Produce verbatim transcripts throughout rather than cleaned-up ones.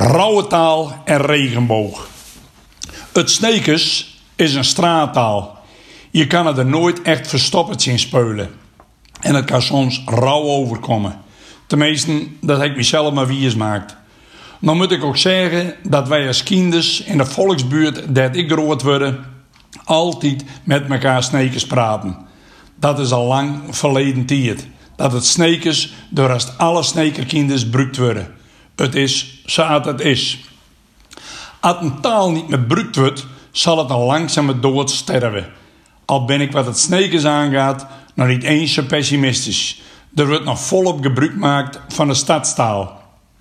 Rauwe taal en regenboog. Het Sneekers is een straattaal. Je kan het er nooit echt verstopperd zien spelen. En het kan soms rauw overkomen. Tenminste, dat heb ik mezelf maar wies maakt. Dan moet ik ook zeggen dat wij als kinders in de volksbuurt dat ik groot worden, altijd met elkaar Sneekers praten. Dat is al lang verleden tijd. Dat het Sneekers door als alle Snekerkinders gebruikt worden. Het is zoals het is. Als een taal niet meer gebruikt wordt, zal het een langzame dood sterven. Al ben ik wat het Sneekers aangaat nog niet eens zo pessimistisch. Er wordt nog volop gebruik gemaakt van de stadstaal.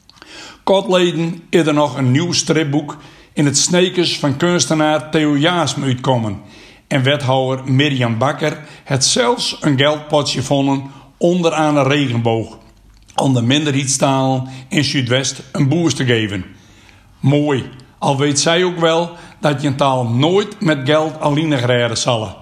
Kortleden is er nog een nieuw stripboek in het Sneekers van kunstenaar Theo Jaasma uitkomen. En wethouder Mirjam Bakker heeft zelfs een geldpotje gevonden onderaan een regenboog. Om de minderheidstalen in Zuidwest een boost te geven. Mooi, al weet zij ook wel dat je een taal nooit met geld alleen redden zal.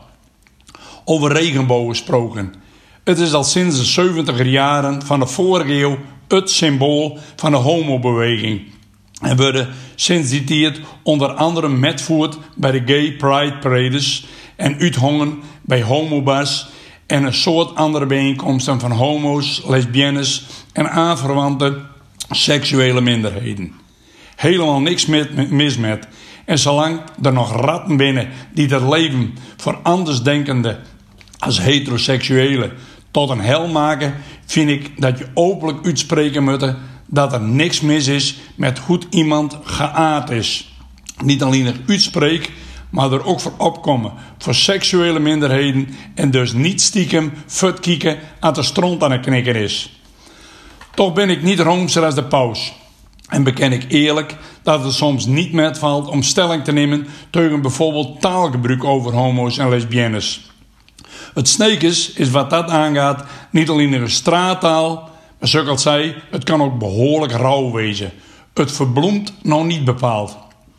Over regenbogen gesproken. Het is al sinds de zeventiger jaren van de vorige eeuw het symbool van de homobeweging. En worden sinds die tijd onder andere metvoerd bij de Gay Pride Parades en uithongen bij homobars en een soort andere bijeenkomsten van homo's, lesbiennes en aanverwante seksuele minderheden. Helemaal niks mis met. En zolang er nog ratten binnen die dat leven voor andersdenkenden als heteroseksuelen tot een hel maken, vind ik dat je openlijk uitspreken moet dat er niks mis is met hoe iemand geaard is. Niet alleen er uitspreek, maar er ook voor opkomen voor seksuele minderheden en dus niet stiekem futkieken aan de stront aan het knikken is. Toch ben ik niet roomser als de paus. En beken ik eerlijk dat het soms niet metvalt om stelling te nemen tegen bijvoorbeeld taalgebruik over homo's en lesbiennes. Het Sneekers is wat dat aangaat niet alleen een straattaal, maar zoals ik al zei, het kan ook behoorlijk rauw wezen. Het verbloemt nog niet bepaald.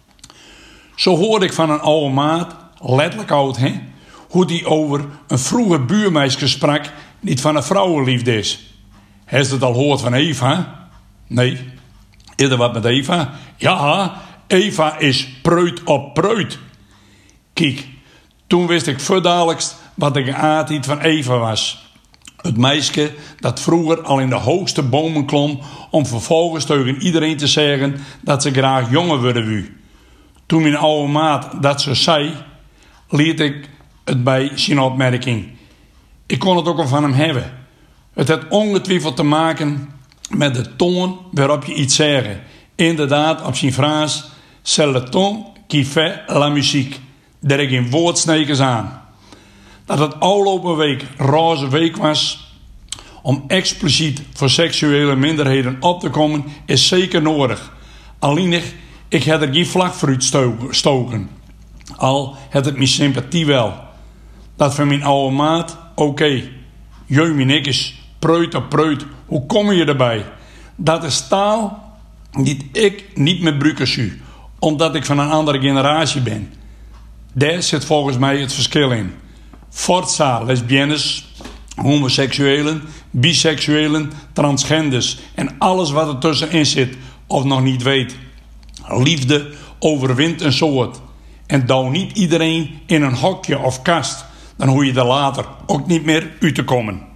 Zo hoorde ik van een oude maat, letterlijk oud hè, hoe die over een vroege buurmeisje sprak, niet van een vrouwenliefde is. Heeft je het al gehoord van Eva? Nee. Is er wat met Eva? Ja, Eva is preut op preut. Kijk, toen wist ik verdadelijkst wat de geaardheid van Eva was. Het meisje dat vroeger al in de hoogste bomen klom om vervolgens tegen iedereen te zeggen dat ze graag jonger worden wou. Toen mijn oude maat dat zo zei, liet ik het bij zijn opmerking. Ik kon het ook al van hem hebben. Het had ongetwijfeld te maken met de toon waarop je iets zegt. Inderdaad, op zijn frase, c'est le ton qui fait la musique. Daar ik geen woordsnekers aan. Dat het afgelopen week roze week was om expliciet voor seksuele minderheden op te komen, is zeker nodig. Alleen ik heb er geen vlag voor uitstoken. Al had het mijn sympathie wel. Dat van mijn oude maat, oké. Okay. Jeu mijn nikkes, preut op preut. Hoe kom je erbij? Dat is taal die ik niet meer gebruiken zou, omdat ik van een andere generatie ben. Daar zit volgens mij het verschil in. Forza lesbiennes, homoseksuelen, biseksuelen, transgenders en alles wat er tussenin zit of nog niet weet. Liefde overwint een soort. En douw niet iedereen in een hokje of kast. Dan hoef je er later ook niet meer uit te komen.